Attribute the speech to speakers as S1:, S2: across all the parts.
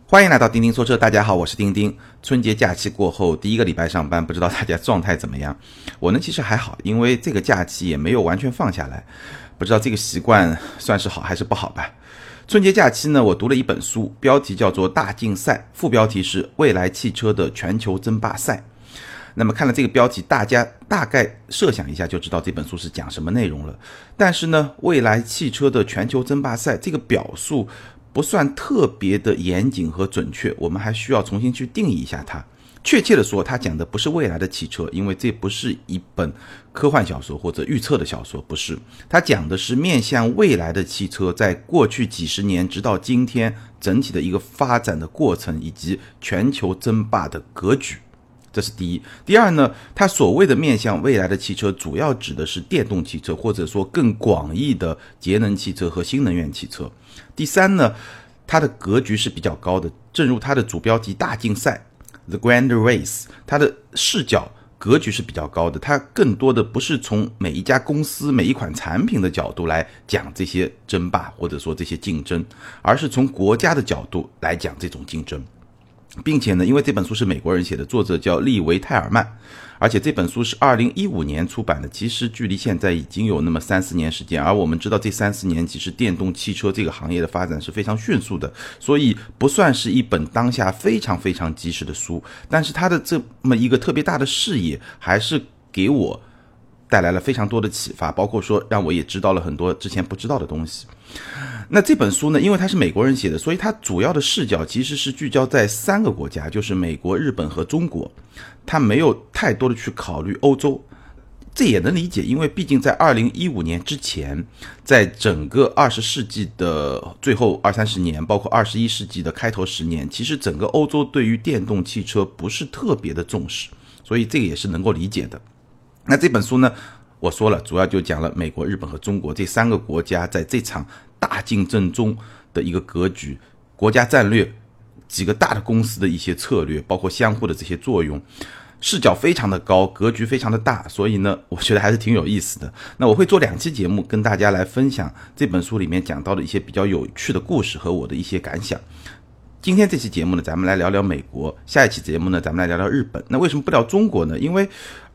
S1: 欢迎来到钉钉说车，大家好，我是钉钉。春节假期过后第一个礼拜上班，不知道大家状态怎么样？我呢其实还好，因为这个假期也没有完全放下来，不知道这个习惯算是好还是不好吧。春节假期呢，我读了一本书，标题叫做《大竞赛》，副标题是未来汽车的全球争霸赛。那么看了这个标题，大家大概设想一下就知道这本书是讲什么内容了。但是呢，未来汽车的全球争霸赛这个表述不算特别的严谨和准确，我们还需要重新去定义一下它。确切的说，它讲的不是未来的汽车，因为这不是一本科幻小说或者预测的小说，不是。它讲的是面向未来的汽车在过去几十年直到今天整体的一个发展的过程，以及全球争霸的格局。这是第一。第二呢，它所谓的面向未来的汽车主要指的是电动汽车，或者说更广义的节能汽车和新能源汽车。第三呢，它的格局是比较高的，正如它的主标题大竞赛 The Grand Race， 它的视角格局是比较高的，它更多的不是从每一家公司每一款产品的角度来讲这些争霸或者说这些竞争，而是从国家的角度来讲这种竞争。并且呢，因为这本书是美国人写的，作者叫利维泰尔曼，而且这本书是2015年出版的，其实距离现在已经有那么3-4年时间，而我们知道这3-4年其实电动汽车这个行业的发展是非常迅速的，所以不算是一本当下非常非常及时的书，但是它的这么一个特别大的视野还是给我带来了非常多的启发，包括说让我也知道了很多之前不知道的东西。那这本书呢，因为它是美国人写的，所以它主要的视角其实是聚焦在3个国家，就是美国、日本和中国，它没有太多的去考虑欧洲。这也能理解，因为毕竟在2015年之前，在整个20世纪的最后20-30年，包括21世纪的开头10年，其实整个欧洲对于电动汽车不是特别的重视，所以这个也是能够理解的。那这本书呢，我说了，主要就讲了美国、日本和中国这3个国家在这场大竞争中的一个格局，国家战略，几个大的公司的一些策略，包括相互的这些作用，视角非常的高，格局非常的大，所以呢，我觉得还是挺有意思的。那我会做2期节目跟大家来分享这本书里面讲到的一些比较有趣的故事和我的一些感想。今天这期节目呢，咱们来聊聊美国，下一期节目呢，咱们来聊聊日本。那为什么不聊中国呢？因为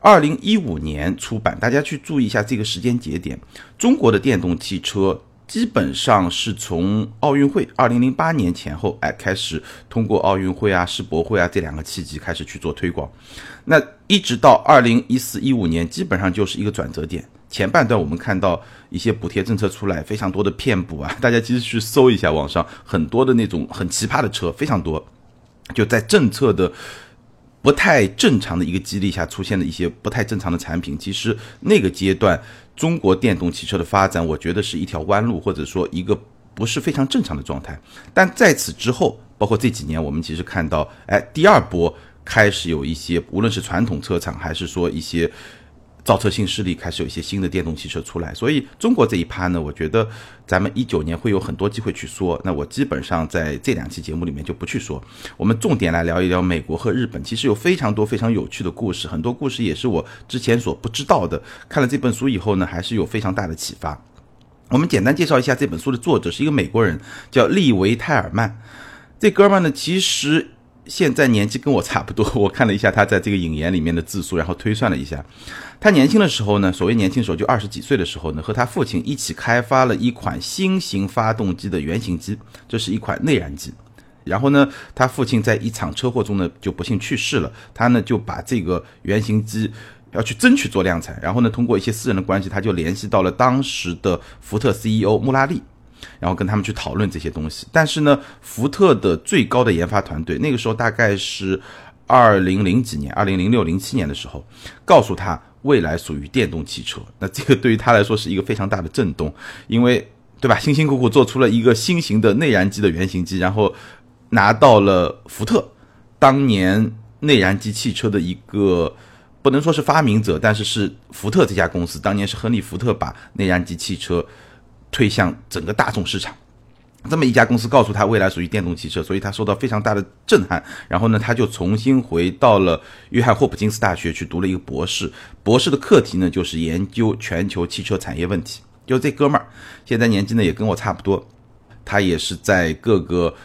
S1: 2015年出版，大家去注意一下这个时间节点，中国的电动汽车基本上是从奥运会2008年前后开始通过奥运会啊、世博会啊这2个契机开始去做推广。那一直到2014-15年基本上就是一个转折点。前半段我们看到一些补贴政策出来，非常多的骗补啊，大家其实去搜一下网上很多的那种很奇葩的车，非常多，就在政策的不太正常的一个激励下出现了一些不太正常的产品。其实那个阶段中国电动汽车的发展，我觉得是一条弯路，或者说一个不是非常正常的状态。但在此之后，包括这几年，我们其实看到第二波开始有一些，无论是传统车厂还是说一些造车新势力，开始有一些新的电动汽车出来。所以中国这一趴呢，我觉得咱们19年会有很多机会去说，那我基本上在这2期节目里面就不去说，我们重点来聊一聊美国和日本。其实有非常多非常有趣的故事，很多故事也是我之前所不知道的，看了这本书以后呢，还是有非常大的启发。我们简单介绍一下这本书的作者，是一个美国人，叫利维泰尔曼。这哥们呢，其实现在年纪跟我差不多，我看了一下他在这个引言里面的字数，然后推算了一下，他年轻的时候呢，所谓年轻的时候就20几岁的时候呢，和他父亲一起开发了一款新型发动机的原型机，这是一款内燃机。然后呢，他父亲在一场车祸中呢就不幸去世了，他呢就把这个原型机要去争取做量产，然后呢通过一些私人的关系，他就联系到了当时的福特 CEO 穆拉利，然后跟他们去讨论这些东西。但是呢，福特的最高的研发团队那个时候大概是2000几年2006-07年的时候，告诉他未来属于电动汽车。那这个对于他来说是一个非常大的震动，因为对吧，辛辛苦苦做出了一个新型的内燃机的原型机，然后拿到了福特当年内燃机汽车的一个不能说是发明者，但是是福特这家公司，当年是亨利福特把内燃机汽车推向整个大众市场，这么一家公司告诉他未来属于电动汽车，所以他受到非常大的震撼。然后呢，他就重新回到了约翰霍普金斯大学去读了一个博士，博士的课题呢就是研究全球汽车产业问题。就这哥们儿现在年纪呢也跟我差不多，他也是在各个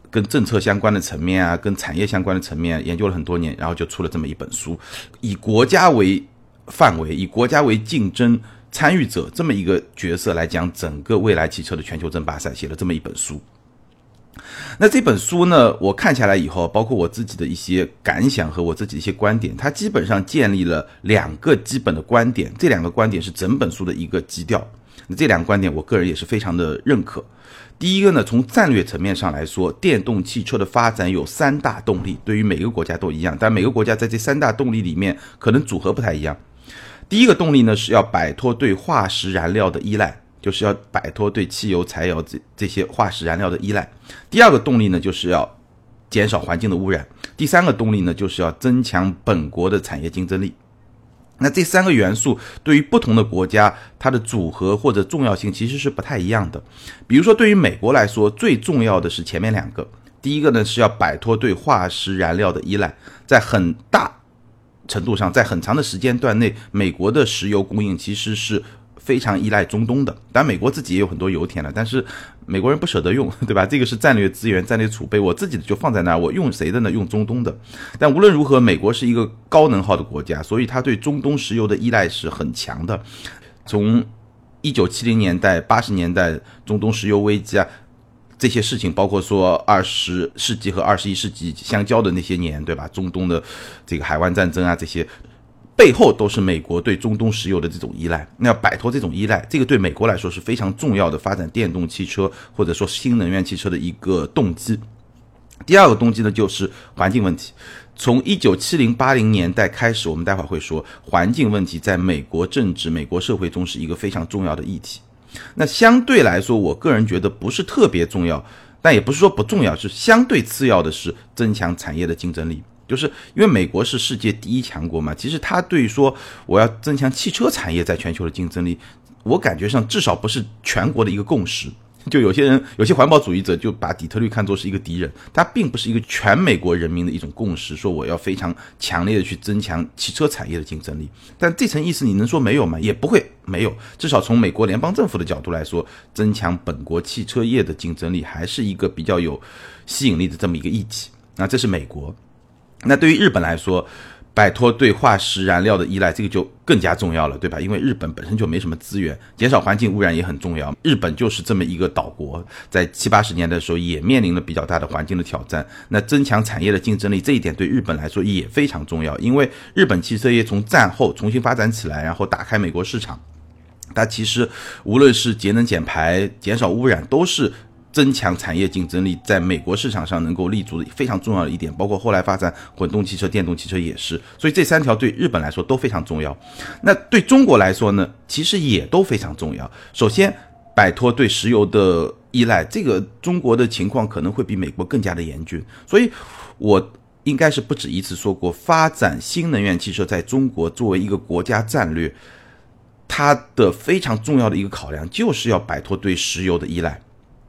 S1: 跟政策相关的层面啊，跟产业相关的层面研究了很多年，然后就出了这么一本书，以国家为范围，以国家为竞争参与者这么一个角色来讲整个未来汽车的全球争霸赛，写了这么一本书。那这本书呢，我看下来以后，包括我自己的一些感想和我自己的一些观点，它基本上建立了2个基本的观点，这2个观点是整本书的一个基调。那这2个观点我个人也是非常的认可。第一个呢，从战略层面上来说，电动汽车的发展有3大动力，对于每个国家都一样，但每个国家在这3大动力里面可能组合不太一样。第一个动力呢，是要摆脱对化石燃料的依赖，就是要摆脱对汽油、柴油这些化石燃料的依赖。第2个动力呢，就是要减少环境的污染。第3个动力呢，就是要增强本国的产业竞争力。那这3个元素对于不同的国家，它的组合或者重要性其实是不太一样的。比如说对于美国来说，最重要的是前面2个。第一个呢，是要摆脱对化石燃料的依赖，在很大程度上，在很长的时间段内，美国的石油供应其实是非常依赖中东的。当然美国自己也有很多油田了，但是美国人不舍得用，对吧？这个是战略资源、战略储备，我自己的就放在那儿，我用谁的呢？用中东的。但无论如何，美国是一个高能耗的国家，所以它对中东石油的依赖是很强的。从1970年代、80年代中东石油危机啊，这些事情，包括说20世纪和21世纪相交的那些年，对吧？中东的这个海湾战争啊，这些背后都是美国对中东石油的这种依赖。那要摆脱这种依赖，这个对美国来说是非常重要的发展电动汽车或者说新能源汽车的一个动机。第2个动机呢，就是环境问题。从1970、80年代开始，我们待会儿会说，环境问题在美国政治、美国社会中是一个非常重要的议题。那相对来说，我个人觉得不是特别重要，但也不是说不重要，是相对次要的是增强产业的竞争力。就是因为美国是世界第1强国嘛，其实他对于说我要增强汽车产业在全球的竞争力，我感觉上至少不是全国的一个共识。就有些人，有些环保主义者就把底特律看作是一个敌人，它并不是一个全美国人民的一种共识，说我要非常强烈的去增强汽车产业的竞争力。但这层意思你能说没有吗？也不会没有，至少从美国联邦政府的角度来说，增强本国汽车业的竞争力还是一个比较有吸引力的这么一个议题。那这是美国。那对于日本来说，摆脱对化石燃料的依赖，这个就更加重要了，对吧？因为日本本身就没什么资源，减少环境污染也很重要。日本就是这么一个岛国，在70、80年代的时候也面临了比较大的环境的挑战。那增强产业的竞争力，这一点对日本来说也非常重要，因为日本汽车业从战后重新发展起来，然后打开美国市场，它其实无论是节能减排、减少污染，都是增强产业竞争力在美国市场上能够立足的非常重要的一点，包括后来发展混动汽车、电动汽车也是。所以这3条对日本来说都非常重要。那对中国来说呢，其实也都非常重要。首先摆脱对石油的依赖，这个中国的情况可能会比美国更加的严峻。所以我应该是不止一次说过，发展新能源汽车在中国作为一个国家战略，它的非常重要的一个考量就是要摆脱对石油的依赖。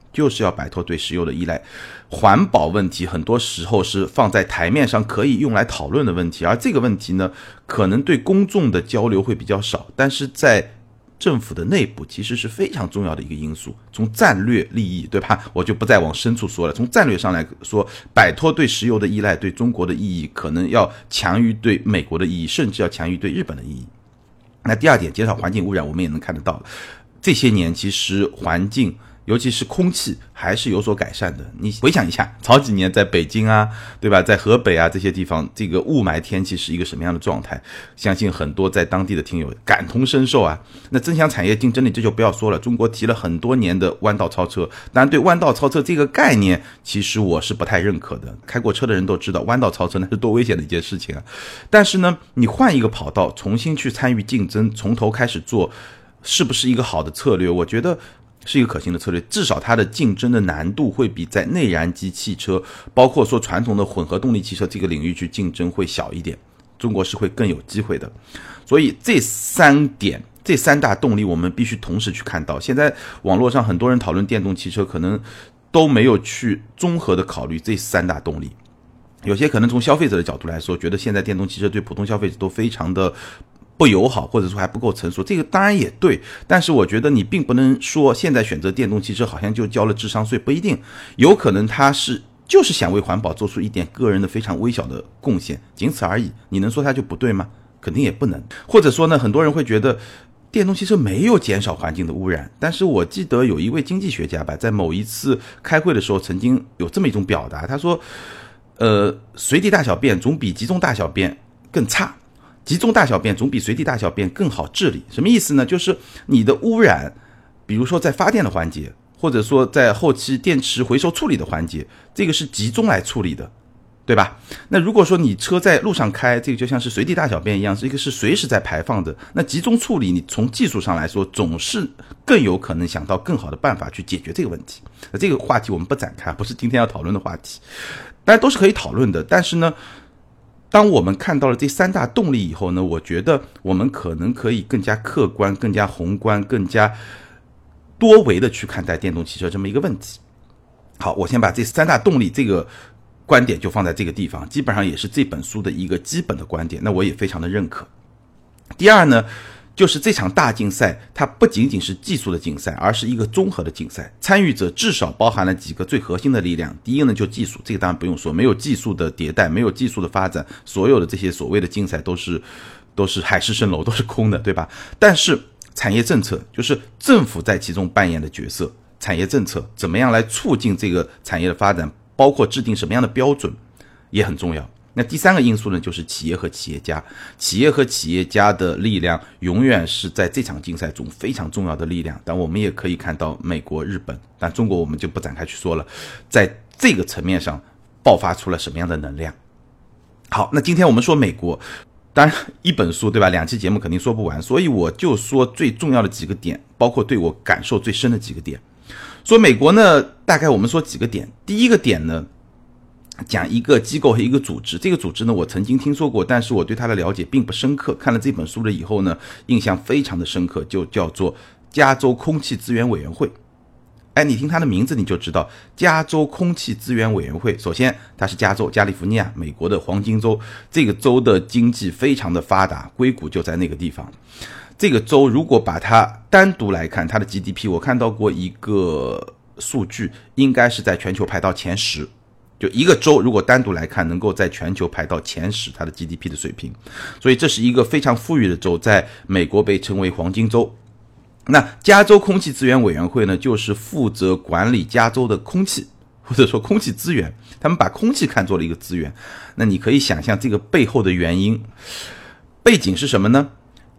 S1: 环保问题很多时候是放在台面上可以用来讨论的问题，而这个问题呢，可能对公众的交流会比较少，但是在政府的内部其实是非常重要的一个因素。从战略利益，对吧？我就不再往深处说了。从战略上来说，摆脱对石油的依赖对中国的意义可能要强于对美国的意义，甚至要强于对日本的意义。那第2点，减少环境污染，我们也能看得到，这些年其实环境尤其是空气还是有所改善的。你回想一下，早几年在北京啊，对吧，在河北啊这些地方，这个雾霾天气是一个什么样的状态，相信很多在当地的听友感同身受啊。那增强产业竞争力这就不要说了，中国提了很多年的弯道超车，当然对弯道超车这个概念其实我是不太认可的，开过车的人都知道弯道超车那是多危险的一件事情啊。但是呢，你换一个跑道重新去参与竞争，从头开始做，是不是一个好的策略？我觉得是一个可行的策略，至少它的竞争的难度会比在内燃机汽车，包括说传统的混合动力汽车这个领域去竞争会小一点，中国是会更有机会的。所以这3点，这3大动力我们必须同时去看到。现在网络上很多人讨论电动汽车，可能都没有去综合的考虑这3大动力。有些可能从消费者的角度来说，觉得现在电动汽车对普通消费者都非常的不友好，或者说还不够成熟，这个当然也对，但是我觉得你并不能说现在选择电动汽车好像就交了智商税，不一定，有可能它是就是想为环保做出一点个人的非常微小的贡献，仅此而已。你能说它就不对吗？肯定也不能。或者说呢，很多人会觉得电动汽车没有减少环境的污染，但是我记得有一位经济学家吧，在某一次开会的时候曾经有这么一种表达，他说随地大小便总比集中大小便更差，集中大小便总比随地大小便更好治理。什么意思呢？就是你的污染，比如说在发电的环节，或者说在后期电池回收处理的环节，这个是集中来处理的，对吧？那如果说你车在路上开，这个就像是随地大小便一样，这个是随时在排放的。那集中处理，你从技术上来说，总是更有可能想到更好的办法去解决这个问题。那这个话题我们不展开，不是今天要讨论的话题，当然都是可以讨论的。但是呢，当我们看到了这三大动力以后呢，我觉得我们可能可以更加客观、更加宏观、更加多维的去看待电动汽车这么一个问题。好，我先把这三大动力这个观点就放在这个地方，基本上也是这本书的一个基本的观点，那我也非常的认可。第二呢，就是这场大竞赛它不仅仅是技术的竞赛，而是一个综合的竞赛，参与者至少包含了几个最核心的力量。第一个呢，就技术，这个当然不用说，没有技术的迭代，没有技术的发展，所有的这些所谓的竞赛都是海市蜃楼，都是空的，对吧？但是产业政策，就是政府在其中扮演的角色，产业政策怎么样来促进这个产业的发展，包括制定什么样的标准也很重要。那第三个因素呢，就是企业和企业家。企业和企业家的力量永远是在这场竞赛中非常重要的力量。但我们也可以看到美国、日本，但中国我们就不展开去说了，在这个层面上爆发出了什么样的能量。好，那今天我们说美国，当然一本书对吧，2期节目肯定说不完，所以我就说最重要的几个点，包括对我感受最深的几个点。说美国呢，大概我们说几个点。第一个点呢，讲一个机构和一个组织，这个组织呢我曾经听说过，但是我对它的了解并不深刻，看了这本书了以后呢，印象非常的深刻，就叫做加州空气资源委员会。你听它的名字你就知道，加州空气资源委员会，首先它是加州，加利福尼亚，美国的黄金州，这个州的经济非常的发达，硅谷就在那个地方。这个州如果把它单独来看，它的 GDP 我看到过一个数据，应该是在全球排到前10，就一个州如果单独来看，能够在全球排到前10，它的 GDP 的水平。所以这是一个非常富裕的州，在美国被称为黄金州。那加州空气资源委员会呢，就是负责管理加州的空气，或者说空气资源，他们把空气看作了一个资源。那你可以想象这个背后的原因，背景是什么呢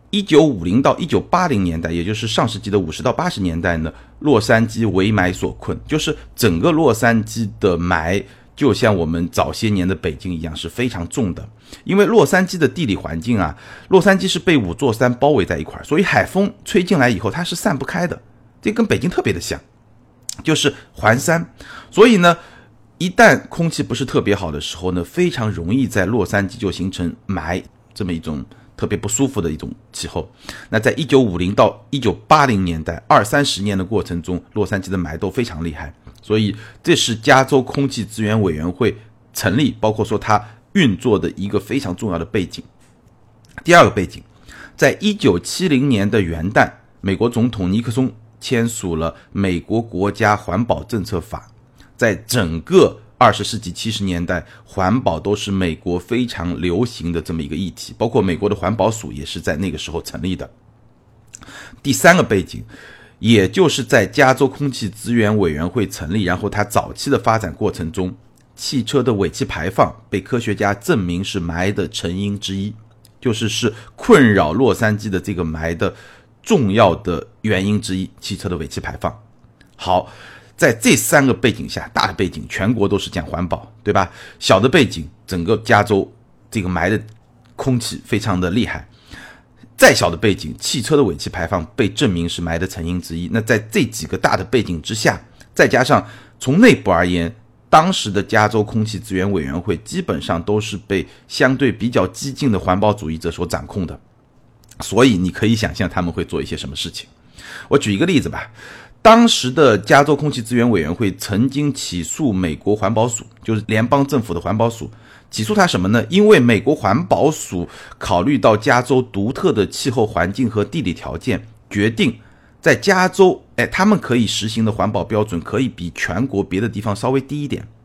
S1: ？1950到1980年代，也就是上世纪的50到80年代呢，洛杉矶为霾所困，就是整个洛杉矶的霾就像我们早些年的北京一样是非常重的。因为洛杉矶的地理环境啊，洛杉矶是被5座山包围在一块，所以海风吹进来以后它是散不开的，这跟北京特别的像，就是环山。所以呢，一旦空气不是特别好的时候呢，非常容易在洛杉矶就形成霾，这么一种特别不舒服的一种气候。那在1950到1980年代20-30年的过程中，洛杉矶的霾都非常厉害，所以这是加州空气资源委员会成立，包括说它运作的一个非常重要的背景。第二个背景，在1970年的元旦，美国总统尼克松签署了美国国家环保政策法。在整个20世纪70年代，环保都是美国非常流行的这么一个议题，包括美国的环保署也是在那个时候成立的。第三个背景，也就是在加州空气资源委员会成立，然后它早期的发展过程中，汽车的尾气排放被科学家证明是霾的成因之一，是困扰洛杉矶的这个霾的重要的原因之一，汽车的尾气排放。好，在这三个背景下，大的背景全国都是讲环保，对吧？小的背景，整个加州这个霾的空气非常的厉害。再小的背景，汽车的尾气排放被证明是霾的成因之一。那在这几个大的背景之下，再加上从内部而言，当时的加州空气资源委员会基本上都是被相对比较激进的环保主义者所掌控的，所以你可以想象他们会做一些什么事情。我举一个例子吧，当时的加州空气资源委员会曾经起诉美国环保署，就是联邦政府的环保署，起诉它什么呢？因为美国环保署考虑到加州独特的气候环境和地理条件，决定在加州他们可以实行的环保标准可以比全国别的地方稍微低一点，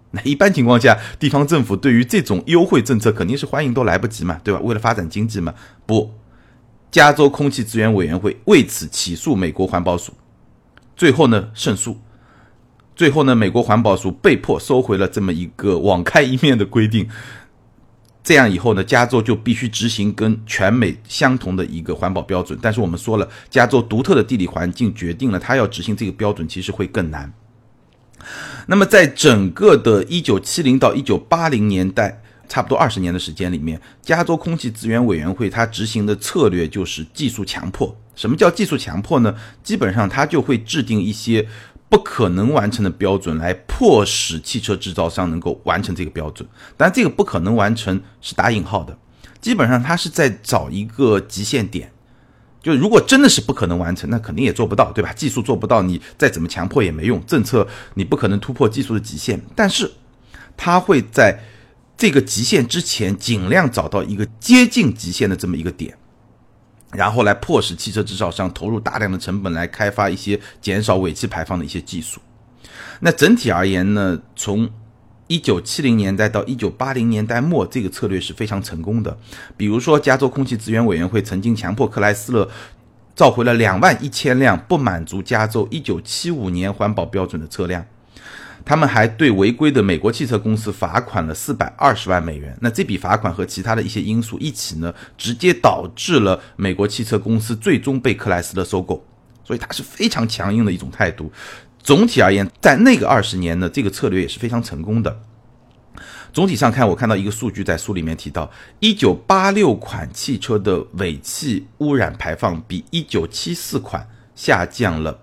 S1: 那一般情况下，地方政府对于这种优惠政策肯定是欢迎都来不及嘛，对吧？为了发展经济嘛，不，加州空气资源委员会为此起诉美国环保署，最后呢胜诉。最后呢，美国环保署被迫收回了这么一个网开一面的规定。这样以后呢，加州就必须执行跟全美相同的一个环保标准。但是我们说了，加州独特的地理环境决定了它要执行这个标准其实会更难。那么在整个的1970到1980年代，差不多20年的时间里面，加州空气资源委员会它执行的策略就是技术强迫。什么叫技术强迫呢？基本上它就会制定一些不可能完成的标准来迫使汽车制造商能够完成这个标准。但这个不可能完成是打引号的，基本上它是在找一个极限点。就如果真的是不可能完成，那肯定也做不到，对吧？技术做不到，你再怎么强迫也没用，政策你不可能突破技术的极限。但是它会在这个极限之前尽量找到一个接近极限的这么一个点，然后来迫使汽车制造商投入大量的成本来开发一些减少尾气排放的一些技术。那整体而言呢，从1970年代到1980年代末，这个策略是非常成功的。比如说加州空气资源委员会曾经强迫克莱斯勒召回了21000辆不满足加州1975年环保标准的车辆，他们还对违规的美国汽车公司罚款了420万美元。那这笔罚款和其他的一些因素一起呢，直接导致了美国汽车公司最终被克莱斯勒收购。所以它是非常强硬的一种态度。总体而言，在那个20年呢，这个策略也是非常成功的。总体上看，我看到一个数据在书里面提到，1986款汽车的尾气污染排放比1974款下降了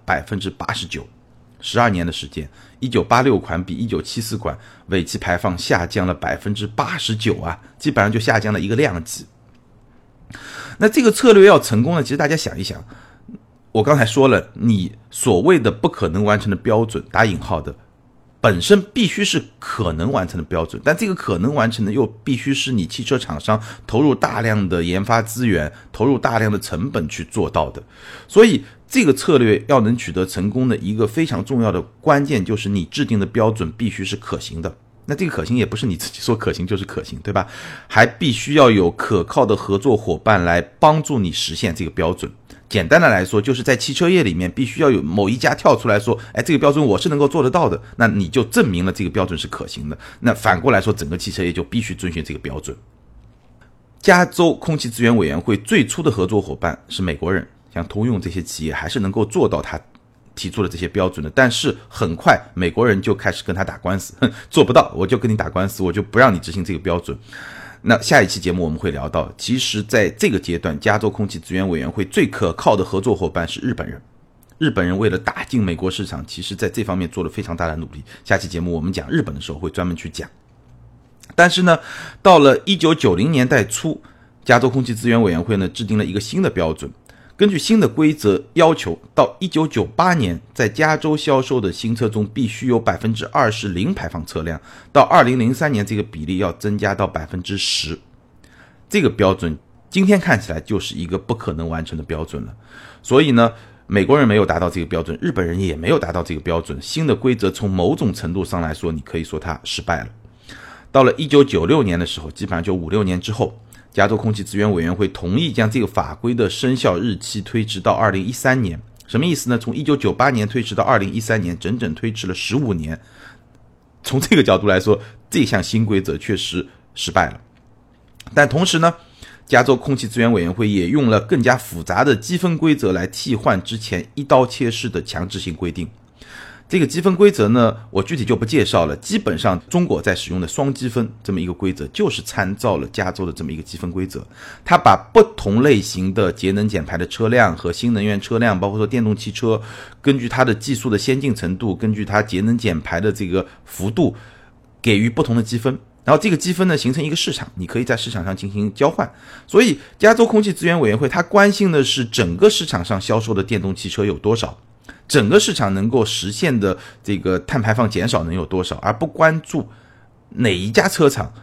S1: 89%。12年的时间，1986款比1974款尾气排放下降了 89% 啊，基本上就下降了一个量级。那这个策略要成功呢，其实大家想一想，我刚才说了，你所谓的不可能完成的标准，打引号的，本身必须是可能完成的标准，但这个可能完成的又必须是你汽车厂商投入大量的研发资源，投入大量的成本去做到的。所以这个策略要能取得成功的一个非常重要的关键，就是你制定的标准必须是可行的。那这个可行也不是你自己说可行就是可行，对吧？还必须要有可靠的合作伙伴来帮助你实现这个标准。简单的来说，就是在汽车业里面必须要有某一家跳出来说，这个标准我是能够做得到的，那你就证明了这个标准是可行的。那反过来说，整个汽车业就必须遵循这个标准。加州空气资源委员会最初的合作伙伴是美国人，像通用这些企业还是能够做到他提出了这些标准的，但是很快美国人就开始跟他打官司，做不到我就跟你打官司，我就不让你执行这个标准。那下一期节目我们会聊到，其实在这个阶段，加州空气资源委员会最可靠的合作伙伴是日本人。日本人为了打进美国市场，其实在这方面做了非常大的努力。下期节目我们讲日本的时候会专门去讲。但是呢，到了1990年代初，加州空气资源委员会呢制定了一个新的标准。根据新的规则要求，到1998年，在加州销售的新车中必须有 20% 零排放车辆，到2003年这个比例要增加到 10%。这个标准今天看起来就是一个不可能完成的标准了。所以呢，美国人没有达到这个标准，日本人也没有达到这个标准。新的规则从某种程度上来说，你可以说它失败了。到了1996年的时候，基本上就5-6年之后，加州空气资源委员会同意将这个法规的生效日期推迟到2013年。什么意思呢？从1998年推迟到2013年，整整推迟了15年。从这个角度来说，这项新规则确实失败了。但同时呢，加州空气资源委员会也用了更加复杂的积分规则来替换之前一刀切式的强制性规定。这个积分规则呢，我具体就不介绍了。基本上中国在使用的双积分这么一个规则，就是参照了加州的这么一个积分规则。它把不同类型的节能减排的车辆和新能源车辆，包括说电动汽车，根据它的技术的先进程度，根据它节能减排的这个幅度，给予不同的积分。然后这个积分呢，形成一个市场，你可以在市场上进行交换。所以加州空气资源委员会它关心的是整个市场上销售的电动汽车有多少，整个市场能够实现的这个碳排放减少能有多少，而不关注哪一家车厂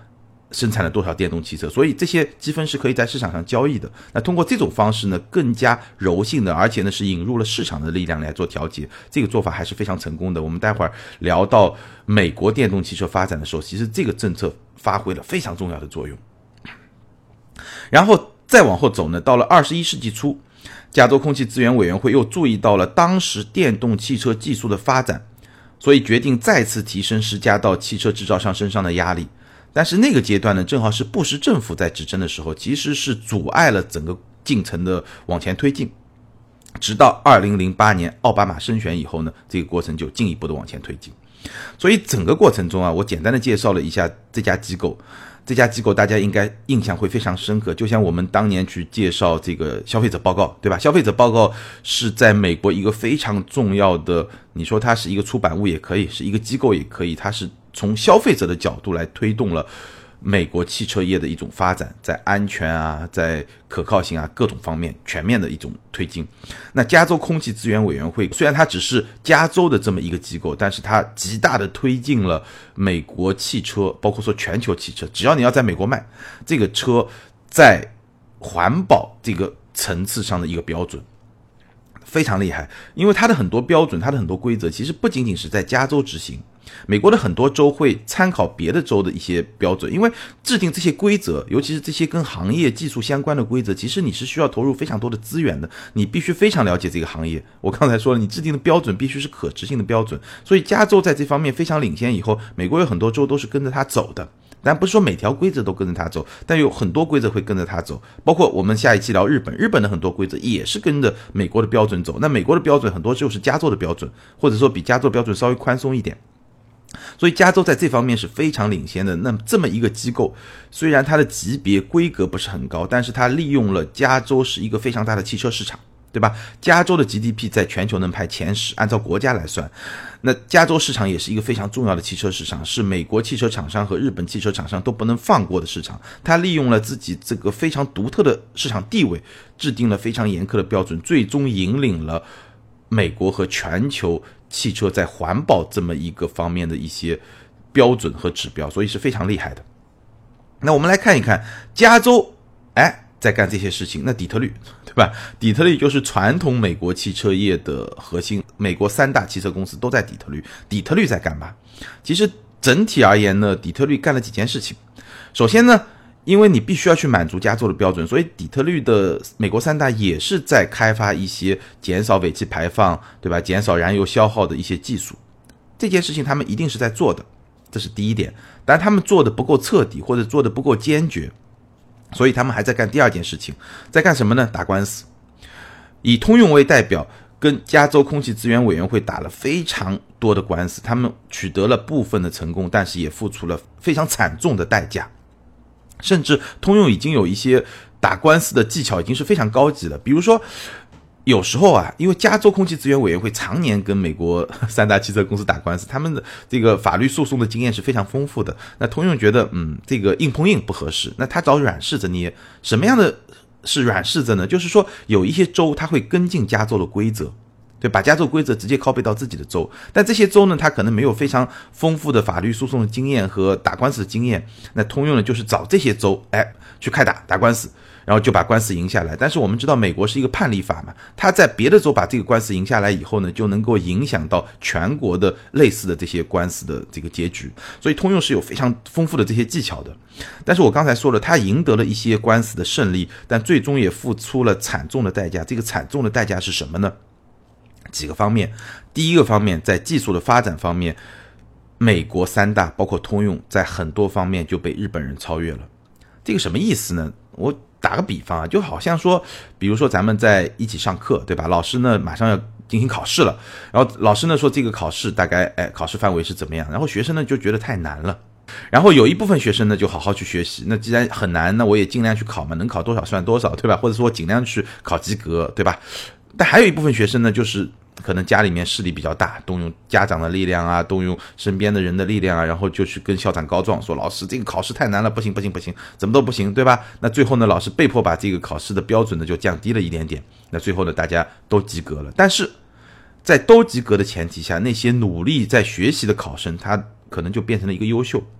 S1: 生产了多少电动汽车，所以这些积分是可以在市场上交易的。那通过这种方式呢，更加柔性的，而且呢是引入了市场的力量来做调节，这个做法还是非常成功的。我们待会儿聊到美国电动汽车发展的时候，其实这个政策发挥了非常重要的作用。然后再往后走呢，到了21世纪初，加州空气资源委员会又注意到了当时电动汽车技术的发展，所以决定再次提升施加到汽车制造商身上的压力。但是那个阶段呢，正好是布什政府在执政的时候，其实是阻碍了整个进程的往前推进。直到2008年奥巴马胜选以后呢，这个过程就进一步的往前推进。所以整个过程中啊，我简单的介绍了一下这家机构。这家机构大家应该印象会非常深刻，就像我们当年去介绍这个消费者报告，对吧？消费者报告是在美国一个非常重要的，你说它是一个出版物也可以，是一个机构也可以，它是从消费者的角度来推动了美国汽车业的一种发展，在安全啊，在可靠性啊各种方面全面的一种推进。那加州空气资源委员会虽然它只是加州的这么一个机构，但是它极大的推进了美国汽车，包括说全球汽车，只要你要在美国卖，这个车在环保这个层次上的一个标准。非常厉害，因为它的很多标准，它的很多规则其实不仅仅是在加州执行，美国的很多州会参考别的州的一些标准，因为制定这些规则，尤其是这些跟行业技术相关的规则，其实你是需要投入非常多的资源的，你必须非常了解这个行业。我刚才说了，你制定的标准必须是可执行的标准，所以加州在这方面非常领先，以后美国有很多州都是跟着它走的。但不是说每条规则都跟着它走，但有很多规则会跟着它走，包括我们下一期聊日本，日本的很多规则也是跟着美国的标准走，那美国的标准很多就是加州的标准，或者说比加州标准稍微宽松一点，所以加州在这方面是非常领先的。那么这么一个机构，虽然它的级别规格不是很高，但是它利用了加州是一个非常大的汽车市场，对吧？加州的 GDP 在全球能排前10，按照国家来算，那加州市场也是一个非常重要的汽车市场，是美国汽车厂商和日本汽车厂商都不能放过的市场。它利用了自己这个非常独特的市场地位，制定了非常严苛的标准，最终引领了美国和全球汽车在环保这么一个方面的一些标准和指标，所以是非常厉害的。那我们来看一看加州，在干这些事情，那底特律，对吧？底特律就是传统美国汽车业的核心，美国3大汽车公司都在底特律。底特律在干嘛？其实整体而言呢，底特律干了几件事情。首先呢，因为你必须要去满足加州的标准，所以底特律的美国3大也是在开发一些减少尾气排放，对吧？减少燃油消耗的一些技术。这件事情他们一定是在做的，这是第一点。但他们做的不够彻底，或者做的不够坚决，所以他们还在干第二件事情，在干什么呢？打官司。以通用为代表，跟加州空气资源委员会打了非常多的官司，他们取得了部分的成功，但是也付出了非常惨重的代价。甚至通用已经有一些打官司的技巧已经是非常高级了，比如说有时候啊，因为加州空气资源委员会常年跟美国3大汽车公司打官司，他们的这个法律诉讼的经验是非常丰富的。那通用觉得这个硬碰硬不合适，那他找软柿子捏。什么样的是软柿子呢？就是说有一些州他会跟进加州的规则，对，把加州规则直接拷贝到自己的州，但这些州呢，他可能没有非常丰富的法律诉讼的经验和打官司的经验。那通用呢，就是找这些州去开打官司，然后就把官司赢下来。但是我们知道美国是一个判例法嘛，他在别的州把这个官司赢下来以后呢，就能够影响到全国的类似的这些官司的这个结局，所以通用是有非常丰富的这些技巧的。但是我刚才说了，他赢得了一些官司的胜利，但最终也付出了惨重的代价。这个惨重的代价是什么呢？几个方面。第一个方面，在技术的发展方面，美国3大包括通用在很多方面就被日本人超越了。这个什么意思呢？我打个比方啊，就好像说，比如说咱们在一起上课，对吧？老师呢马上要进行考试了，然后老师呢说这个考试大概考试范围是怎么样，然后学生呢就觉得太难了，然后有一部分学生呢就好好去学习，那既然很难，那我也尽量去考嘛，能考多少算多少，对吧？或者说我尽量去考及格，对吧？但还有一部分学生呢，就是可能家里面势力比较大，动用家长的力量啊，动用身边的人的力量啊，然后就去跟校长告状，说老师这个考试太难了，不行，怎么都不行，对吧？那最后呢，老师被迫把这个考试的标准呢就降低了一点点，那最后呢大家都及格了。但是在都及格的前提下，那些努力在学习的考生，他可能就变成了一个优秀。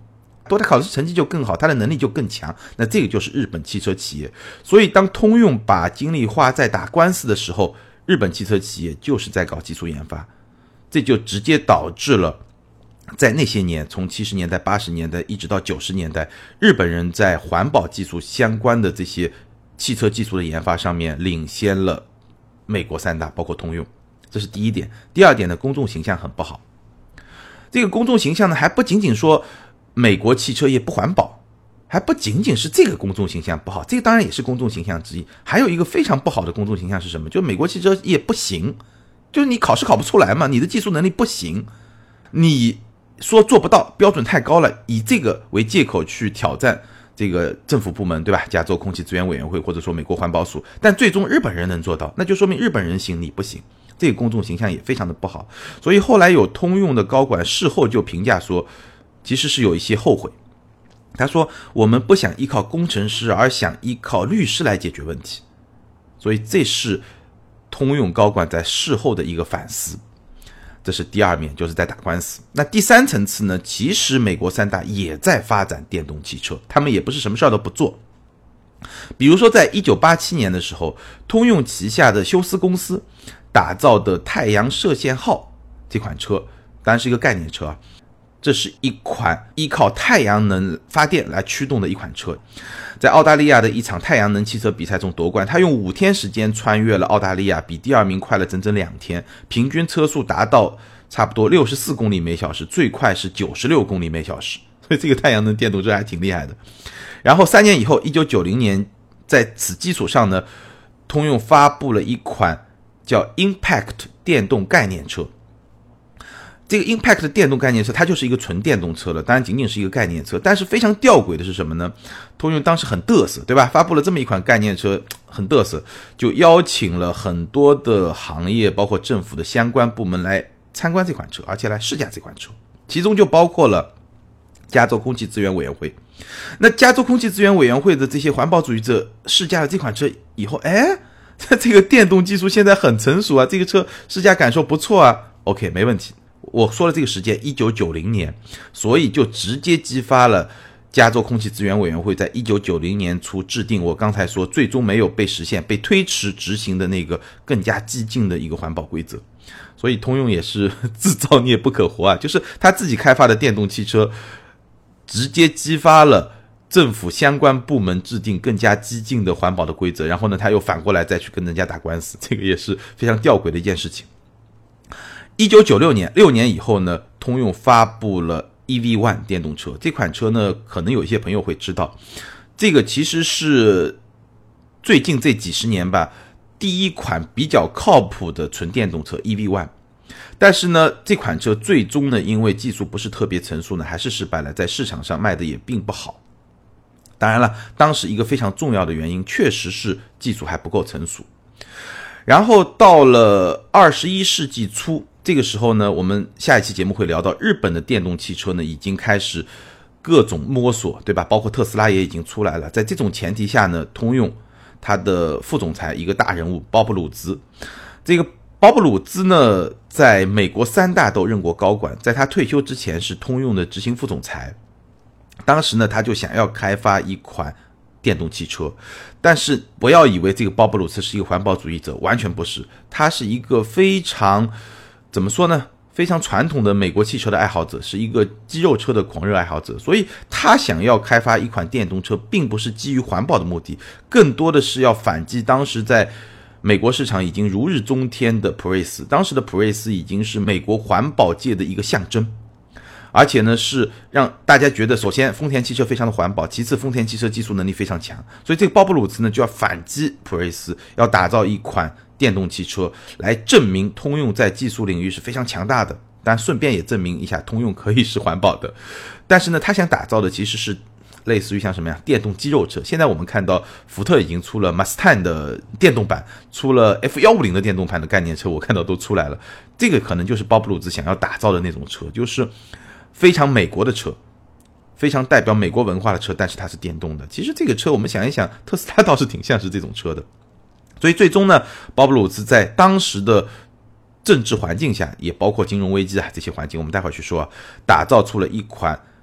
S1: 他考试成绩就更好，他的能力就更强，那这个就是日本汽车企业。所以当通用把精力花在打官司的时候，日本汽车企业就是在搞技术研发，这就直接导致了在那些年，从70年代、80年代一直到90年代，日本人在环保技术相关的这些汽车技术的研发上面领先了美国三大，包括通用。这是第一点。第二点呢，公众形象很不好。这个公众形象呢，还不仅仅说美国汽车业不环保，还不仅仅是这个公众形象不好，这个当然也是公众形象之一。还有一个非常不好的公众形象是什么？就是美国汽车业不行，就是你考试考不出来嘛，你的技术能力不行，你说做不到，标准太高了，以这个为借口去挑战这个政府部门，对吧？加州空气资源委员会或者说美国环保署，但最终日本人能做到，那就说明日本人行你不行，这个公众形象也非常的不好。所以后来有通用的高管事后就评价说，其实是有一些后悔。他说我们不想依靠工程师，而想依靠律师来解决问题。所以这是通用高管在事后的一个反思。这是第二面，就是在打官司。那第三层次呢，其实美国三大也在发展电动汽车，他们也不是什么事都不做。比如说在1987年的时候，通用旗下的休斯公司打造的太阳射线号这款车，当然是一个概念车啊，这是一款依靠太阳能发电来驱动的一款车，在澳大利亚的一场太阳能汽车比赛中夺冠。他用5天时间穿越了澳大利亚，比第二名快了整整2天，平均车速达到差不多64公里每小时，最快是96公里每小时。所以这个太阳能电动车还挺厉害的。然后3年以后，1990年，在此基础上呢，通用发布了一款叫 Impact 电动概念车。这个 Impact 电动概念车它就是一个纯电动车了，当然仅仅是一个概念车，但是非常吊诡的是什么呢？通用当时很嘚瑟，对吧？发布了这么一款概念车，很嘚瑟，就邀请了很多的行业包括政府的相关部门来参观这款车，而且来试驾这款车，其中就包括了加州空气资源委员会。那加州空气资源委员会的这些环保主义者试驾了这款车以后，这个电动技术现在很成熟啊，这个车试驾感受不错啊 ，OK 没问题。我说了这个时间1990年，所以就直接激发了加州空气资源委员会在1990年初制定我刚才说最终没有被实现、被推迟执行的那个更加激进的一个环保规则。所以通用也是自造孽不可活啊，就是他自己开发的电动汽车直接激发了政府相关部门制定更加激进的环保的规则，然后呢他又反过来再去跟人家打官司，这个也是非常吊诡的一件事情。1996年，6年以后呢，通用发布了 EV1 电动车。这款车呢，可能有一些朋友会知道，这个其实是最近这几十年吧，第一款比较靠谱的纯电动车 EV1。但是呢，这款车最终呢，因为技术不是特别成熟呢，还是失败了，在市场上卖的也并不好。当然了，当时一个非常重要的原因，确实是技术还不够成熟。然后到了21世纪初，这个时候呢，我们下一期节目会聊到日本的电动汽车呢，已经开始各种摸索，对吧？包括特斯拉也已经出来了。在这种前提下呢，通用他的副总裁一个大人物鲍勃鲁兹，这个鲍勃鲁兹呢，在美国三大都任过高管，在他退休之前是通用的执行副总裁。当时呢，他就想要开发一款电动汽车，但是不要以为这个鲍勃鲁兹是一个环保主义者，完全不是，他是一个非常怎么说呢，非常传统的美国汽车的爱好者，是一个肌肉车的狂热爱好者，所以他想要开发一款电动车并不是基于环保的目的，更多的是要反击当时在美国市场已经如日中天的普锐斯。当时的普锐斯已经是美国环保界的一个象征，而且呢是让大家觉得，首先丰田汽车非常的环保，其次丰田汽车技术能力非常强，所以这个鲍勃鲁兹呢就要反击普锐斯，要打造一款电动汽车来证明通用在技术领域是非常强大的，但顺便也证明一下通用可以是环保的。但是呢，他想打造的其实是类似于像什么呀，电动肌肉车。现在我们看到福特已经出了 Mustang 的电动版，出了 F150 的电动版的概念车，我看到都出来了。这个可能就是鲍勃鲁兹想要打造的那种车，就是非常美国的车，非常代表美国文化的车，但是它是电动的。其实这个车我们想一想，特斯拉倒是挺像是这种车的。所以最终呢，鲍勃鲁兹在当时的政治环境下，也包括金融危机啊这些环境，我们待会儿去说，打造出了一款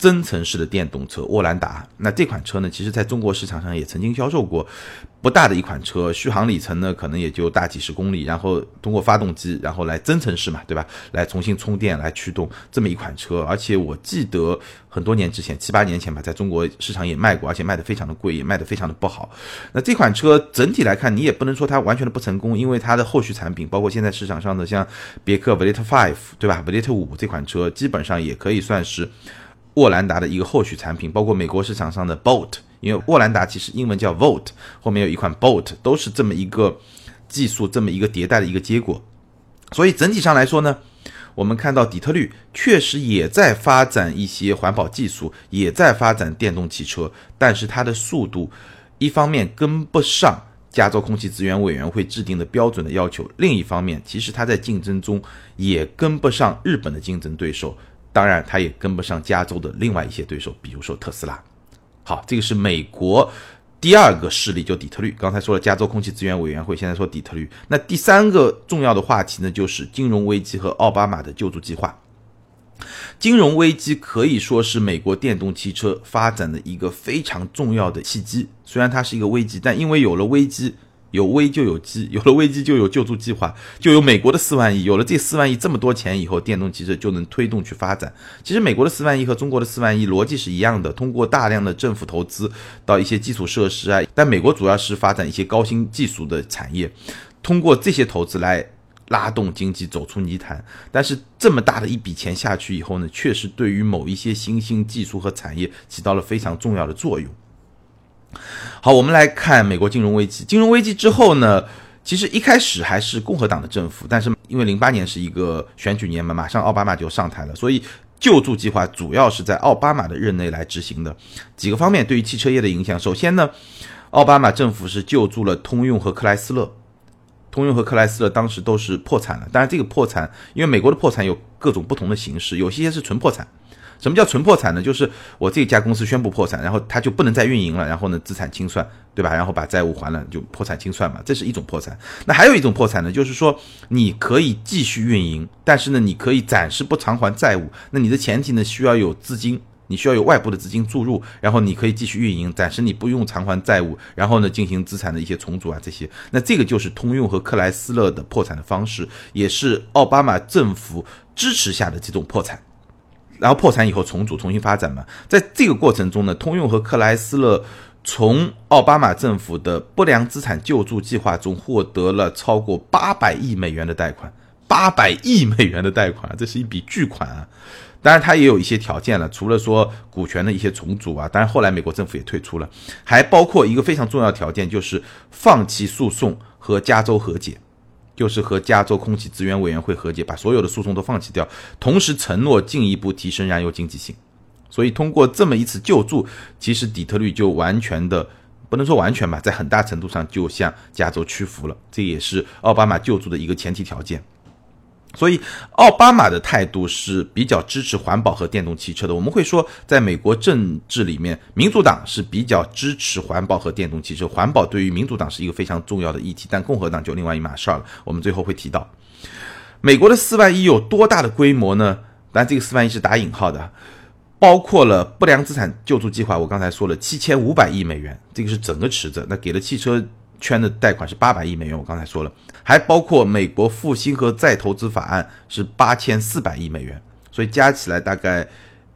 S1: 增程式的电动车沃兰达。那这款车呢，其实在中国市场上也曾经销售过，不大的一款车，续航里程呢可能也就大几十公里，然后通过发动机，然后来增程式嘛，对吧？来重新充电来驱动这么一款车。而且我记得很多年之前，7、8年前吧，在中国市场也卖过，而且卖得非常的贵，也卖得非常的不好。那这款车整体来看，你也不能说它完全的不成功，因为它的后续产品，包括现在市场上的像别克 Velite 5， 对吧？ Velite 5这款车基本上也可以算是沃兰达的一个后续产品，包括美国市场上的 Bolt， 因为沃兰达其实英文叫 Volt， 后面有一款 Bolt， 都是这么一个技术，这么一个迭代的一个结果。所以整体上来说呢，我们看到底特律确实也在发展一些环保技术，也在发展电动汽车，但是它的速度一方面跟不上加州空气资源委员会制定的标准的要求，另一方面其实它在竞争中也跟不上日本的竞争对手，当然它也跟不上加州的另外一些对手，比如说特斯拉。好，这个是美国第二个势力，就底特律。刚才说了加州空气资源委员会，现在说底特律。那第三个重要的话题呢，就是金融危机和奥巴马的救助计划。金融危机可以说是美国电动汽车发展的一个非常重要的契机，虽然它是一个危机，但因为有了危机，有危就有机，有了危机就有救助计划，就有美国的4万亿，有了这4万亿这么多钱以后，电动汽车就能推动去发展。其实美国的4万亿和中国的4万亿逻辑是一样的，通过大量的政府投资到一些基础设施啊，但美国主要是发展一些高新技术的产业，通过这些投资来拉动经济走出泥潭。但是这么大的一笔钱下去以后呢，确实对于某一些新兴技术和产业起到了非常重要的作用。好，我们来看美国金融危机。金融危机之后呢，其实一开始还是共和党的政府，但是因为08年是一个选举年嘛，马上奥巴马就上台了，所以救助计划主要是在奥巴马的任内来执行的。几个方面对于汽车业的影响，首先呢，奥巴马政府是救助了通用和克莱斯勒。通用和克莱斯勒当时都是破产了，当然这个破产，因为美国的破产有各种不同的形式，有些是纯破产。什么叫纯破产呢？就是我这家公司宣布破产，然后它就不能再运营了，然后呢资产清算，对吧？然后把债务还了，就破产清算嘛，这是一种破产。那还有一种破产呢，就是说你可以继续运营，但是呢你可以暂时不偿还债务，那你的前提呢需要有资金，你需要有外部的资金注入，然后你可以继续运营，暂时你不用偿还债务，然后呢进行资产的一些重组啊这些。那这个就是通用和克莱斯勒的破产的方式，也是奥巴马政府支持下的这种破产。然后破产以后重组重新发展嘛，在这个过程中呢，通用和克莱斯勒从奥巴马政府的不良资产救助计划中获得了超过800亿美元的贷款，800亿美元的贷款，这是一笔巨款啊！当然它也有一些条件了，除了说股权的一些重组啊，当然后来美国政府也退出了，还包括一个非常重要的条件，就是放弃诉讼和加州和解。就是和加州空气资源委员会和解，把所有的诉讼都放弃掉，同时承诺进一步提升燃油经济性。所以通过这么一次救助，其实底特律就完全的，不能说完全吧，在很大程度上就向加州屈服了，这也是奥巴马救助的一个前提条件。所以奥巴马的态度是比较支持环保和电动汽车的。我们会说在美国政治里面，民主党是比较支持环保和电动汽车，环保对于民主党是一个非常重要的议题，但共和党就另外一码事了，我们最后会提到。美国的4万亿有多大的规模呢？当然这个4万亿是打引号的，包括了不良资产救助计划，我刚才说了7500亿美元，这个是整个池子，那给了汽车圈的贷款是800亿美元，我刚才说了，还包括美国复兴和再投资法案是8400亿美元，所以加起来大概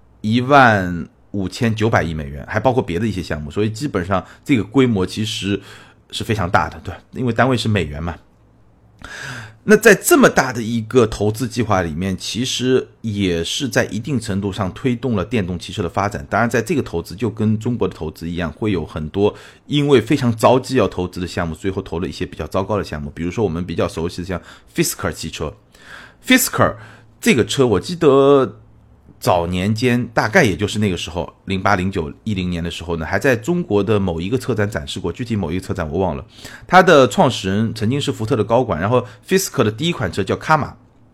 S1: 15900亿美元，还包括别的一些项目，所以基本上这个规模其实是非常大的，对，因为单位是美元嘛。那在这么大的一个投资计划里面，其实也是在一定程度上推动了电动汽车的发展。当然在这个投资就跟中国的投资一样，会有很多因为非常着急要投资的项目，最后投了一些比较糟糕的项目。比如说我们比较熟悉的像 Fisker 汽车， Fisker 这个车我记得早年间大概也就是那个时候08、09、10年的时候呢，还在中国的某一个车展展示过，具体某一个车展我忘了。他的创始人曾经是福特的高管，然后 Fisker 的第一款车叫卡玛，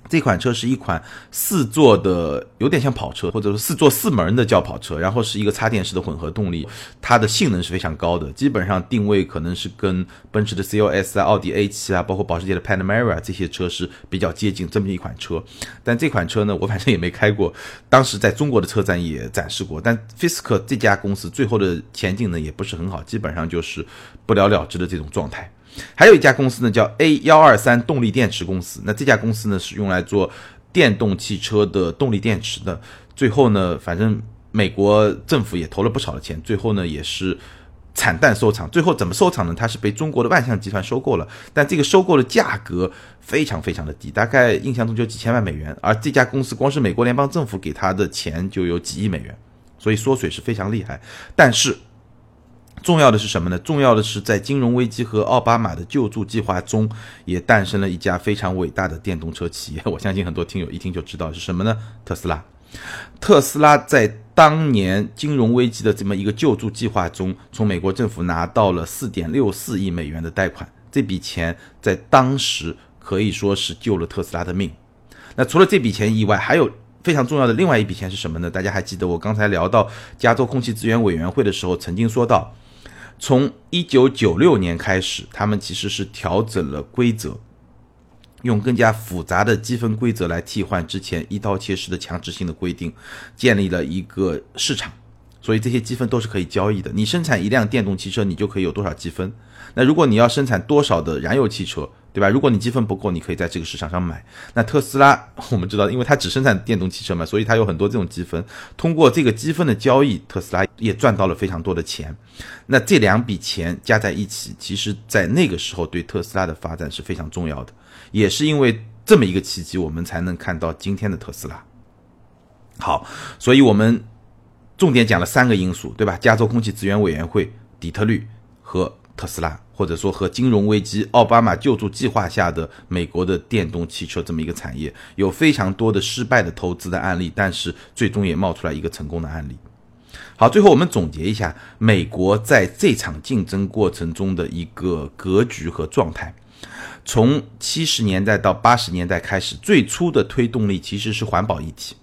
S1: 这款车是一款4座的，有点像跑车，或者说4座4门的轿跑车，然后是一个插电式的混合动力，它的性能是非常高的，基本上定位可能是跟奔驰的 CLS 啊、奥迪 A7 啊，包括保时捷的 Panamera 这些车是比较接近这么一款车。但这款车呢，我反正也没开过，当时在中国的车展也展示过，但 Fisker 这家公司最后的前景呢也不是很好，基本上就是不了了之的这种状态。还有一家公司呢叫 A123 动力电池公司，那这家公司呢是用来做电动汽车的动力电池的，最后呢反正美国政府也投了不少的钱，最后呢也是惨淡收场。最后怎么收场呢？它是被中国的万象集团收购了，但这个收购的价格非常非常的低，大概印象中就几千万美元，而这家公司光是美国联邦政府给他的钱就有几亿美元，所以缩水是非常厉害。但是重要的是什么呢？重要的是在金融危机和奥巴马的救助计划中，也诞生了一家非常伟大的电动车企业。我相信很多听友一听就知道是什么呢？特斯拉。特斯拉在当年金融危机的这么一个救助计划中，从美国政府拿到了 4.64 亿美元的贷款，这笔钱在当时可以说是救了特斯拉的命。那除了这笔钱以外，还有非常重要的另外一笔钱是什么呢？大家还记得我刚才聊到加州空气资源委员会的时候曾经说到，从1996年开始，他们其实是调整了规则，用更加复杂的积分规则来替换之前一刀切式的强制性的规定，建立了一个市场，所以这些积分都是可以交易的。你生产一辆电动汽车，你就可以有多少积分。那如果你要生产多少的燃油汽车，对吧？如果你积分不够，你可以在这个市场上买。那特斯拉我们知道，因为它只生产电动汽车嘛，所以它有很多这种积分。通过这个积分的交易，特斯拉也赚到了非常多的钱。那这两笔钱加在一起，其实在那个时候对特斯拉的发展是非常重要的。也是因为这么一个契机，我们才能看到今天的特斯拉。好，所以我们重点讲了3个因素，对吧？加州空气资源委员会、底特律和特斯拉，或者说和金融危机、奥巴马救助计划下的美国的电动汽车这么一个产业，有非常多的失败的投资的案例，但是最终也冒出来一个成功的案例。好，最后我们总结一下美国在这场竞争过程中的一个格局和状态。从70年代到80年代开始，最初的推动力其实是环保议题。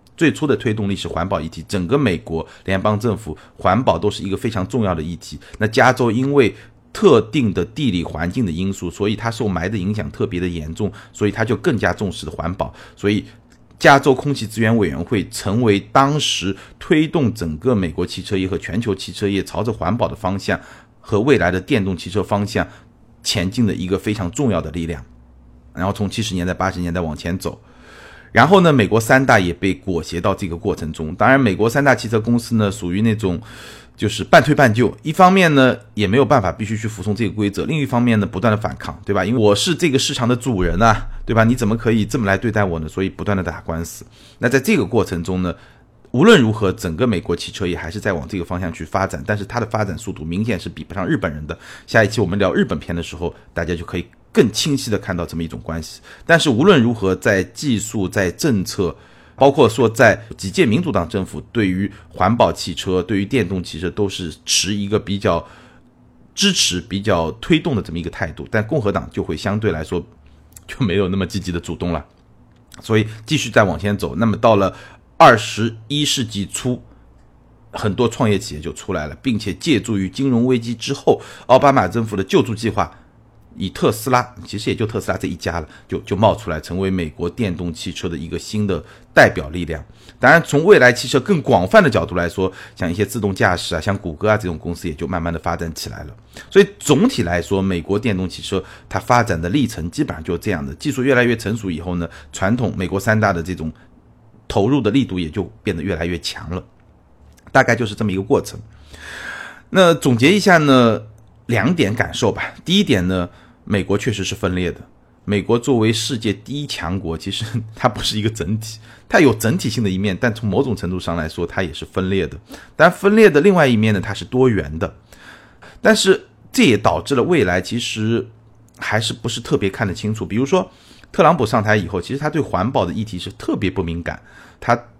S1: 整个美国联邦政府环保都是一个非常重要的议题。那加州因为特定的地理环境的因素，所以它受霾的影响特别的严重，所以它就更加重视的环保。所以加州空气资源委员会成为当时推动整个美国汽车业和全球汽车业朝着环保的方向和未来的电动汽车方向前进的一个非常重要的力量。然后从70年代80年代往前走，然后呢美国3大也被裹挟到这个过程中。当然美国3大汽车公司呢属于那种就是半推半就，一方面呢也没有办法必须去服从这个规则，另一方面呢不断的反抗，对吧？因为我是这个市场的主人啊，对吧？你怎么可以这么来对待我呢？所以不断的打官司。那在这个过程中呢，无论如何整个美国汽车业还是在往这个方向去发展，但是它的发展速度明显是比不上日本人的。下一期我们聊日本篇的时候，大家就可以更清晰的看到这么一种关系。但是无论如何，在技术、在政策，包括说在几届民主党政府对于环保汽车、对于电动汽车都是持一个比较支持、比较推动的这么一个态度，但共和党就会相对来说就没有那么积极的主动了。所以继续再往前走，那么到了21世纪初，很多创业企业就出来了，并且借助于金融危机之后奥巴马政府的救助计划，以特斯拉，其实也就特斯拉这一家了，就冒出来成为美国电动汽车的一个新的代表力量。当然从未来汽车更广泛的角度来说，像一些自动驾驶啊，像谷歌啊这种公司也就慢慢的发展起来了。所以总体来说，美国电动汽车它发展的历程基本上就是这样的。技术越来越成熟以后呢，传统美国3大的这种投入的力度也就变得越来越强了，大概就是这么一个过程。那总结一下呢，2点感受吧。第一点呢，美国确实是分裂的。美国作为世界第1强国，其实它不是一个整体，它有整体性的一面，但从某种程度上来说它也是分裂的。但分裂的另外一面呢，它是多元的。但是这也导致了未来其实还是不是特别看得清楚。比如说特朗普上台以后，其实他对环保的议题是特别不敏感，他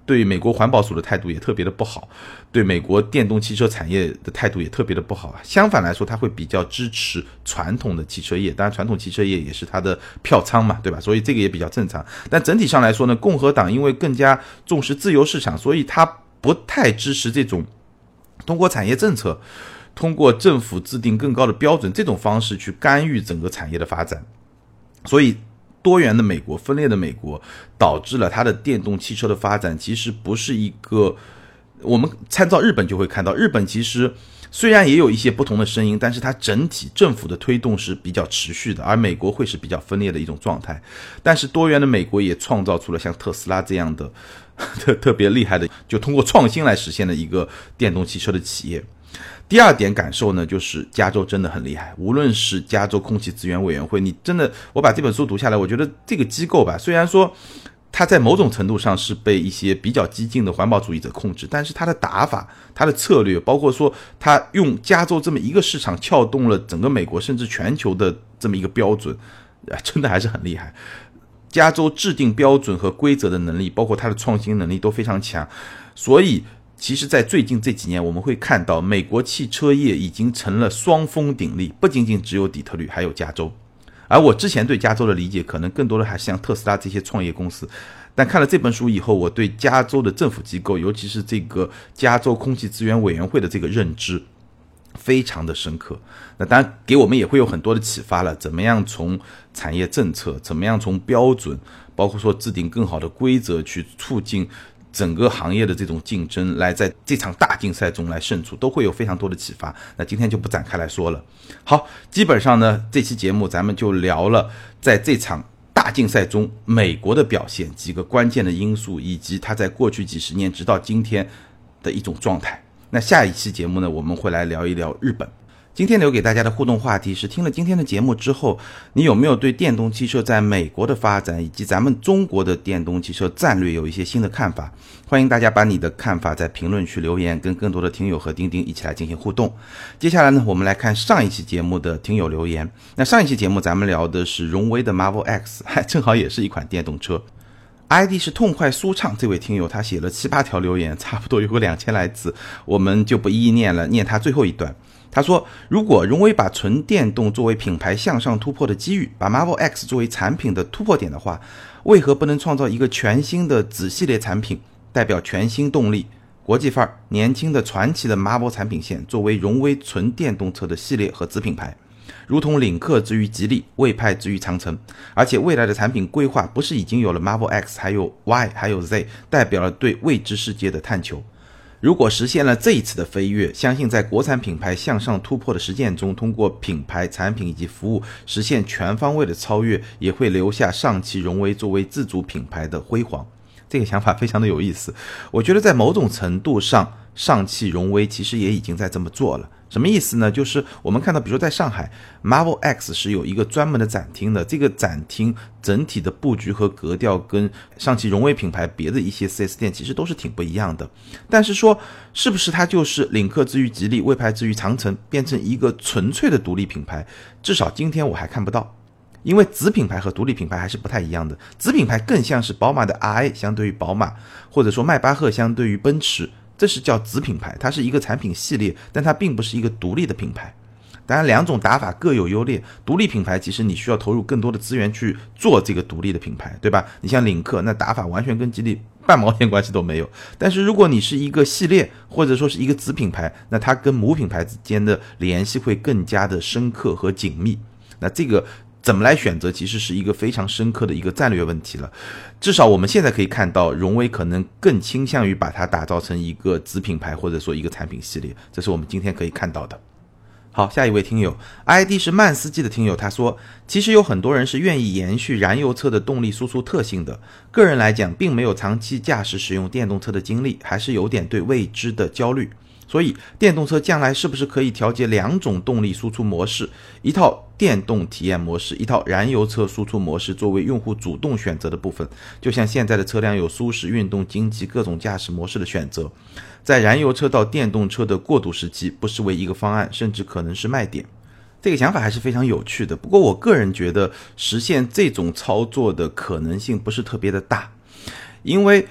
S1: 对美国环保署的态度也特别的不好，对美国电动汽车产业的态度也特别的不好。相反来说，他会比较支持传统的汽车业，当然传统汽车业也是他的票仓嘛，对吧？所以这个也比较正常。但整体上来说呢，共和党因为更加重视自由市场，所以他不太支持这种通过产业政策，通过政府制定更高的标准这种方式去干预整个产业的发展。所以多元的美国，分裂的美国，导致了它的电动汽车的发展其实不是一个，我们参照日本就会看到，日本其实虽然也有一些不同的声音，但是它整体政府的推动是比较持续的，而美国会是比较分裂的一种状态。但是多元的美国也创造出了像特斯拉这样的特别厉害的，就通过创新来实现的一个电动汽车的企业。第二点感受呢，就是加州真的很厉害，无论是加州空气资源委员会，你真的，我把这本书读下来，我觉得这个机构吧，虽然说它在某种程度上是被一些比较激进的环保主义者控制，但是它的打法，它的策略，包括说它用加州这么一个市场撬动了整个美国甚至全球的这么一个标准，真的还是很厉害。加州制定标准和规则的能力，包括它的创新能力都非常强，所以其实在最近这几年，我们会看到美国汽车业已经成了双峰鼎立，不仅仅只有底特律，还有加州。而我之前对加州的理解可能更多的还是像特斯拉这些创业公司，但看了这本书以后，我对加州的政府机构，尤其是这个加州空气资源委员会的这个认知非常的深刻。那当然给我们也会有很多的启发了，怎么样从产业政策，怎么样从标准，包括说制定更好的规则去促进整个行业的这种竞争，来在这场大竞赛中来胜出，都会有非常多的启发。那今天就不展开来说了。好，基本上呢，这期节目咱们就聊了在这场大竞赛中美国的表现，几个关键的因素，以及它在过去几十年直到今天的一种状态。那下一期节目呢，我们会来聊一聊日本。今天留给大家的互动话题是，听了今天的节目之后，你有没有对电动汽车在美国的发展以及咱们中国的电动汽车战略有一些新的看法？欢迎大家把你的看法在评论区留言，跟更多的听友和钉钉一起来进行互动。接下来呢，我们来看上一期节目的听友留言。那上一期节目咱们聊的是荣威的 Marvel X， 正好也是一款电动车。ID 是痛快舒畅，这位听友他写了7、8条留言，差不多有个2000来字，我们就不一一念了，念他最后一段。他说，如果荣威把纯电动作为品牌向上突破的机遇，把 Marvel X 作为产品的突破点的话，为何不能创造一个全新的子系列产品，代表全新动力、国际范儿、年轻的传奇的 Marvel 产品线，作为荣威纯电动车的系列和子品牌，如同领克之于吉利，魏派之于长城。而且未来的产品规划不是已经有了 Marvel X， 还有 Y， 还有 Z， 代表了对未知世界的探求。如果实现了这一次的飞跃，相信在国产品牌向上突破的实践中，通过品牌、产品以及服务实现全方位的超越，也会留下上汽荣威作为自主品牌的辉煌。这个想法非常的有意思，我觉得在某种程度上，上汽荣威其实也已经在这么做了。什么意思呢？就是我们看到比如说在上海 Marvel X 是有一个专门的展厅的，这个展厅整体的布局和格调跟上汽荣威品牌别的一些 4S 店其实都是挺不一样的。但是说是不是它就是领克之于吉利，魏派之于长城，变成一个纯粹的独立品牌，至少今天我还看不到。因为子品牌和独立品牌还是不太一样的，子品牌更像是宝马的 RA 相对于宝马，或者说迈巴赫相对于奔驰，这是叫子品牌，它是一个产品系列，但它并不是一个独立的品牌。当然两种打法各有优劣，独立品牌其实你需要投入更多的资源去做这个独立的品牌，对吧？你像领克那打法完全跟吉利半毛钱关系都没有，但是如果你是一个系列或者说是一个子品牌，那它跟母品牌之间的联系会更加的深刻和紧密。那这个怎么来选择其实是一个非常深刻的一个战略问题了。至少我们现在可以看到，荣威可能更倾向于把它打造成一个子品牌或者说一个产品系列，这是我们今天可以看到的。好，下一位听友 ID 是慢司机的听友，他说其实有很多人是愿意延续燃油车的动力输出特性的，个人来讲并没有长期驾驶使用电动车的经历，还是有点对未知的焦虑。所以电动车将来是不是可以调节2种动力输出模式，一套电动体验模式，一套燃油车输出模式，作为用户主动选择的部分，就像现在的车辆有舒适、运动、经济各种驾驶模式的选择，在燃油车到电动车的过渡时期不失为一个方案，甚至可能是卖点。这个想法还是非常有趣的，不过我个人觉得实现这种操作的可能性不是特别的大，因为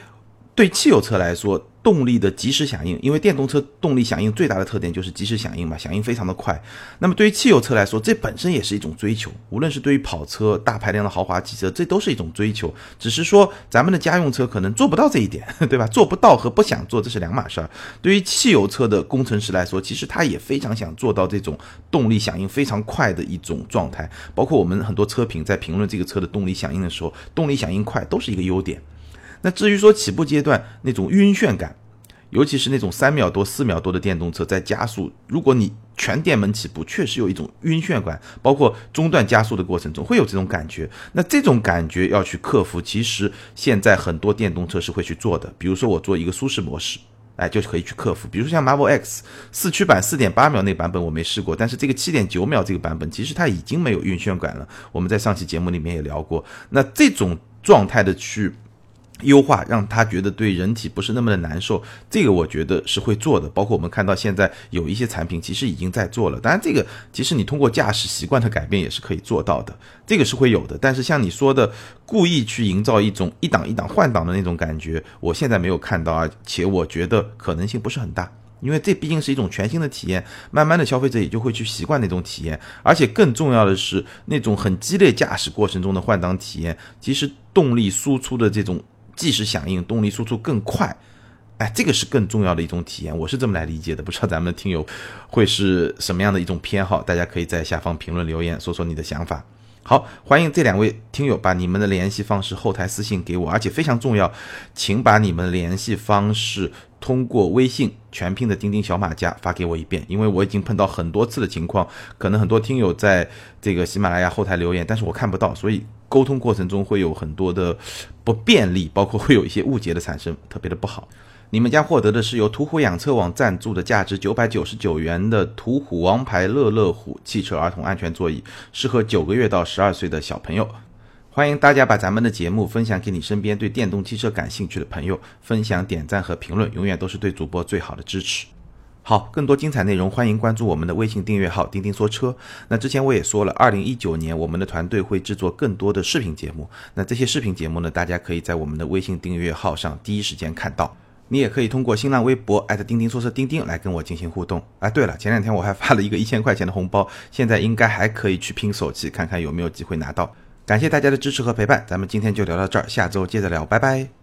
S1: 对汽油车来说，动力的及时响应，因为电动车动力响应最大的特点就是及时响应嘛，响应非常的快。那么对于汽油车来说，这本身也是一种追求，无论是对于跑车、大排量的豪华汽车，这都是一种追求。只是说咱们的家用车可能做不到这一点，对吧？做不到和不想做这是两码事儿。对于汽油车的工程师来说，其实他也非常想做到这种动力响应非常快的一种状态。包括我们很多车评在评论这个车的动力响应的时候，动力响应快都是一个优点。那至于说起步阶段那种晕眩感，尤其是那种3秒多4秒多的电动车在加速，如果你全电门起步，确实有一种晕眩感，包括中段加速的过程中会有这种感觉。那这种感觉要去克服，其实现在很多电动车是会去做的。比如说我做一个舒适模式，就可以去克服。比如说像 Marvel X 4驱版 4.8 秒那版本我没试过，但是这个 7.9 秒这个版本其实它已经没有晕眩感了，我们在上期节目里面也聊过。那这种状态的去优化，让他觉得对人体不是那么的难受，这个我觉得是会做的。包括我们看到现在有一些产品其实已经在做了，当然这个其实你通过驾驶习惯的改变也是可以做到的，这个是会有的。但是像你说的故意去营造一种一档一档换挡的那种感觉，我现在没有看到，而且我觉得可能性不是很大。因为这毕竟是一种全新的体验，慢慢的消费者也就会去习惯那种体验。而且更重要的是，那种很激烈驾驶过程中的换挡体验，其实动力输出的这种即时响应，动力输出更快，这个是更重要的一种体验，我是这么来理解的。不知道咱们的听友会是什么样的一种偏好，大家可以在下方评论留言说说你的想法。好，欢迎这2位听友把你们的联系方式后台私信给我，而且非常重要，请把你们的联系方式通过微信全拼的钉钉小马甲发给我一遍，因为我已经碰到很多次的情况，可能很多听友在这个喜马拉雅后台留言，但是我看不到，所以沟通过程中会有很多的不便利，包括会有一些误解的产生，特别的不好。你们将获得的是由途虎养车网赞助的价值999元的途虎王牌乐乐虎汽车儿童安全座椅，适合9个月到12岁的小朋友。欢迎大家把咱们的节目分享给你身边对电动汽车感兴趣的朋友，分享、点赞和评论永远都是对主播最好的支持。好，更多精彩内容欢迎关注我们的微信订阅号钉钉说车。那之前我也说了，2019年我们的团队会制作更多的视频节目，那这些视频节目呢，大家可以在我们的微信订阅号上第一时间看到。你也可以通过新浪微博钉钉说车钉钉来跟我进行互动。对了，前2天我还发了一个1000块钱的红包，现在应该还可以去拼手气，看看有没有机会拿到。感谢大家的支持和陪伴，咱们今天就聊到这儿，下周接着聊，拜拜。